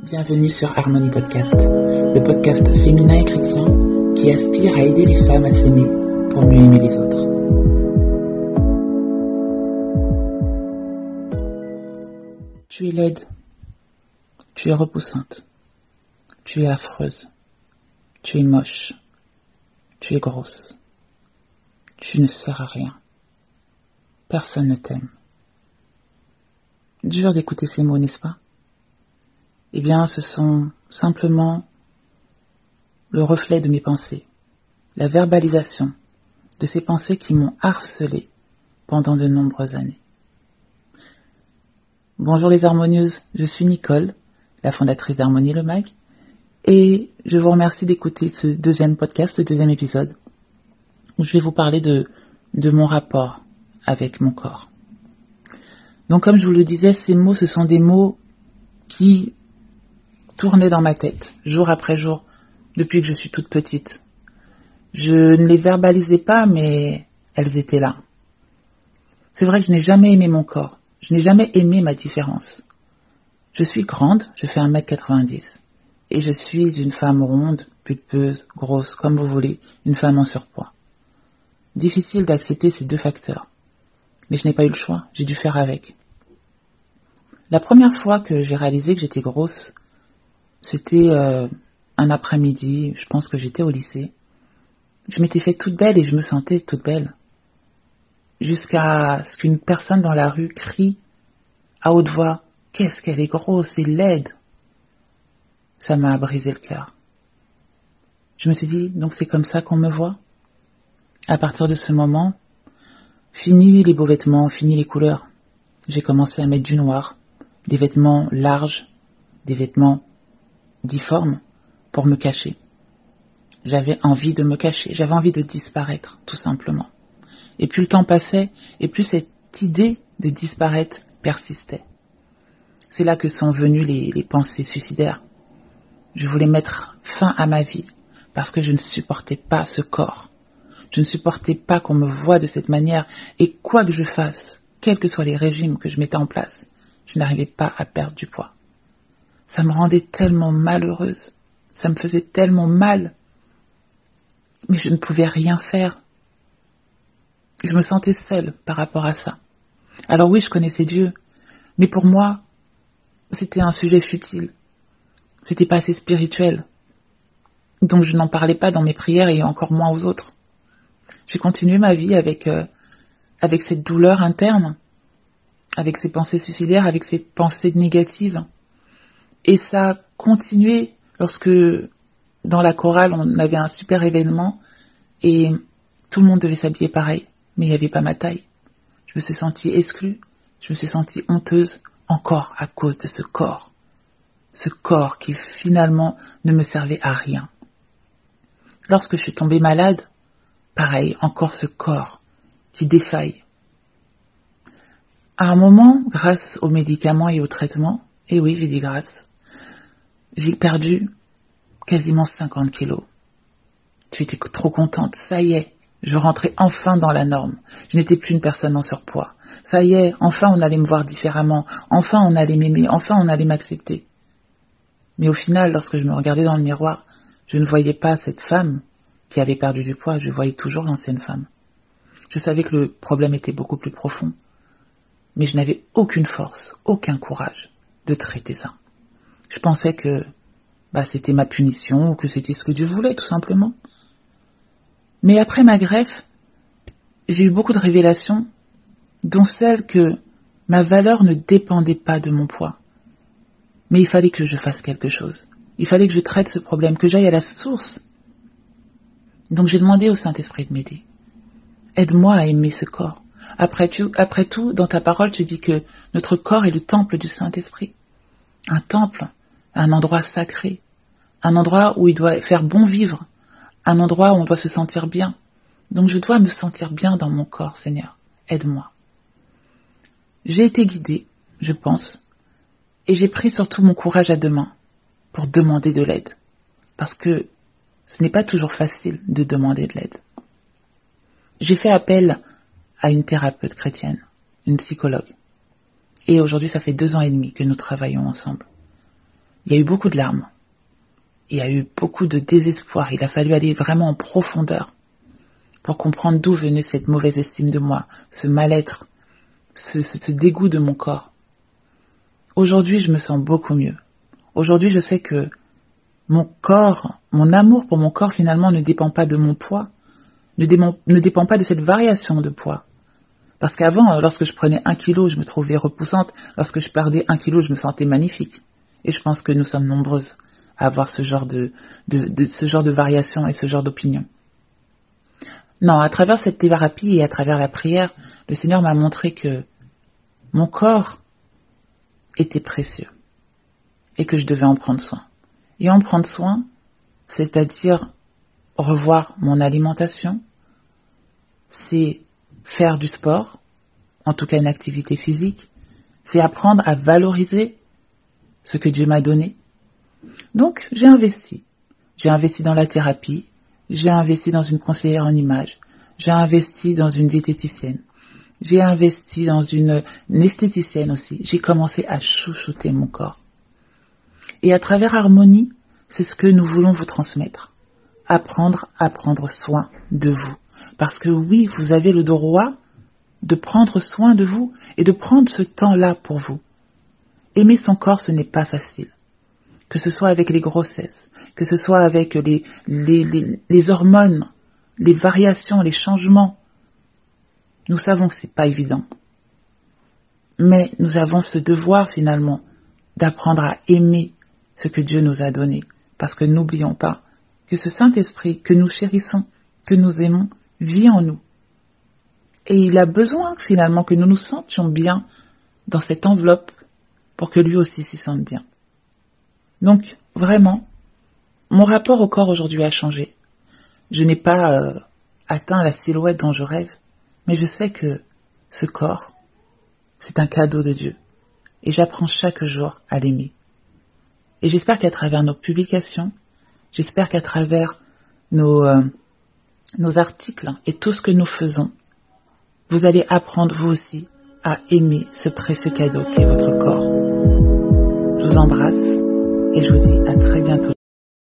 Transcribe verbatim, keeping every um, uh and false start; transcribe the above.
Bienvenue sur Harmonie Podcast, le podcast féminin et chrétien qui aspire à aider les femmes à s'aimer pour mieux aimer les autres. Tu es laide, tu es repoussante, tu es affreuse, tu es moche, tu es grosse, tu ne sers à rien, personne ne t'aime. Dur d'écouter ces mots, n'est-ce pas ? Eh bien, ce sont simplement le reflet de mes pensées, la verbalisation de ces pensées qui m'ont harcelée pendant de nombreuses années. Bonjour les harmonieuses, je suis Nicole, la fondatrice d'Harmonie le Mag, et je vous remercie d'écouter ce deuxième podcast, ce deuxième épisode, où je vais vous parler de, de mon rapport avec mon corps. Donc comme je vous le disais, ces mots, ce sont des mots qui tournaient dans ma tête, jour après jour, depuis que je suis toute petite. Je ne les verbalisais pas, mais elles étaient là. C'est vrai que je n'ai jamais aimé mon corps. Je n'ai jamais aimé ma différence. Je suis grande, je fais un mètre quatre-vingt-dix. Et je suis une femme ronde, pulpeuse, grosse, comme vous voulez, une femme en surpoids. Difficile d'accepter ces deux facteurs. Mais je n'ai pas eu le choix, j'ai dû faire avec. La première fois que j'ai réalisé que j'étais grosse, c'était euh, un après-midi, je pense que j'étais au lycée. Je m'étais fait toute belle et je me sentais toute belle. Jusqu'à ce qu'une personne dans la rue crie à haute voix « Qu'est-ce qu'elle est grosse et laide !» Ça m'a brisé le cœur. Je me suis dit, donc c'est comme ça qu'on me voit ? À partir de ce moment, fini les beaux vêtements, fini les couleurs. J'ai commencé à mettre du noir, des vêtements larges, des vêtements difformes pour me cacher. J'avais envie de me cacher, j'avais envie de disparaître, tout simplement. Et plus le temps passait, et plus cette idée de disparaître persistait. C'est là que sont venues les, les pensées suicidaires. Je voulais mettre fin à ma vie, parce que je ne supportais pas ce corps. Je ne supportais pas qu'on me voie de cette manière, et quoi que je fasse, quels que soient les régimes que je mettais en place, je n'arrivais pas à perdre du poids. Ça me rendait tellement malheureuse, ça me faisait tellement mal, mais je ne pouvais rien faire. Je me sentais seule par rapport à ça. Alors oui, je connaissais Dieu, mais pour moi, c'était un sujet futile. C'était pas assez spirituel. Donc je n'en parlais pas dans mes prières et encore moins aux autres. J'ai continué ma vie avec, euh, avec cette douleur interne, avec ces pensées suicidaires, avec ces pensées négatives. Et ça a continué lorsque, dans la chorale, on avait un super événement et tout le monde devait s'habiller pareil, mais il n'y avait pas ma taille. Je me suis sentie exclue, je me suis sentie honteuse, encore à cause de ce corps. Ce corps qui finalement ne me servait à rien. Lorsque je suis tombée malade, pareil, encore ce corps qui défaille. À un moment, grâce aux médicaments et aux traitements, et oui, j'ai dit grâce, j'ai perdu quasiment cinquante kilos. J'étais trop contente, ça y est, je rentrais enfin dans la norme. Je n'étais plus une personne en surpoids. Ça y est, enfin on allait me voir différemment, enfin on allait m'aimer, enfin on allait m'accepter. Mais au final, lorsque je me regardais dans le miroir, je ne voyais pas cette femme qui avait perdu du poids, je voyais toujours l'ancienne femme. Je savais que le problème était beaucoup plus profond, mais je n'avais aucune force, aucun courage de traiter ça. Je pensais que bah, c'était ma punition ou que c'était ce que Dieu voulait, tout simplement. Mais après ma greffe, j'ai eu beaucoup de révélations, dont celle que ma valeur ne dépendait pas de mon poids. Mais il fallait que je fasse quelque chose. Il fallait que je traite ce problème, que j'aille à la source. Donc j'ai demandé au Saint-Esprit de m'aider. Aide-moi à aimer ce corps. Après tout, après tout, dans ta parole, tu dis que notre corps est le temple du Saint-Esprit. Un temple, un endroit sacré, un endroit où il doit faire bon vivre, un endroit où on doit se sentir bien. Donc je dois me sentir bien dans mon corps, Seigneur. Aide-moi. J'ai été guidée, je pense, et j'ai pris surtout mon courage à deux mains pour demander de l'aide. Parce que ce n'est pas toujours facile de demander de l'aide. J'ai fait appel à une thérapeute chrétienne, une psychologue. Et aujourd'hui, ça fait deux ans et demi que nous travaillons ensemble. il y a eu beaucoup de larmes. Il y a eu beaucoup de désespoir. Il a fallu aller vraiment en profondeur pour comprendre d'où venait cette mauvaise estime de moi, ce mal-être, ce, ce, ce dégoût de mon corps. Aujourd'hui, je me sens beaucoup mieux. Aujourd'hui, je sais que mon corps, mon amour pour mon corps finalement ne dépend pas de mon poids, ne, démon, ne dépend pas de cette variation de poids. Parce qu'avant, lorsque je prenais un kilo, je me trouvais repoussante. Lorsque je perdais un kilo, je me sentais magnifique. Et je pense que nous sommes nombreuses à avoir ce genre de, de, de ce genre de variation et ce genre d'opinion. Non, à travers cette thérapie et à travers la prière, le Seigneur m'a montré que mon corps était précieux et que je devais en prendre soin. Et en prendre soin, c'est-à-dire revoir mon alimentation, c'est faire du sport, en tout cas une activité physique, c'est apprendre à valoriser ce que Dieu m'a donné. Donc, j'ai investi. J'ai investi dans la thérapie, j'ai investi dans une conseillère en images, j'ai investi dans une diététicienne, j'ai investi dans une, une esthéticienne aussi. J'ai commencé à chouchouter mon corps. Et à travers Harmonie, c'est ce que nous voulons vous transmettre. Apprendre à prendre soin de vous. Parce que oui, vous avez le droit de prendre soin de vous et de prendre ce temps-là pour vous. Aimer son corps, ce n'est pas facile. Que ce soit avec les grossesses, que ce soit avec les, les, les, les hormones, les variations, les changements. Nous savons que c'est pas évident. Mais nous avons ce devoir finalement d'apprendre à aimer ce que Dieu nous a donné. Parce que n'oublions pas que ce Saint-Esprit que nous chérissons, que nous aimons, vit en nous. Et il a besoin finalement que nous nous sentions bien dans cette enveloppe pour que lui aussi s'y sente bien. Donc vraiment, mon rapport au corps aujourd'hui a changé. Je n'ai pas euh, atteint la silhouette dont je rêve, mais je sais que ce corps, c'est un cadeau de Dieu. Et j'apprends chaque jour à l'aimer. Et j'espère qu'à travers nos publications, j'espère qu'à travers nos... Euh, nos articles et tout ce que nous faisons, vous allez apprendre vous aussi à aimer ce précieux cadeau qu'est votre corps. Je vous embrasse et je vous dis à très bientôt.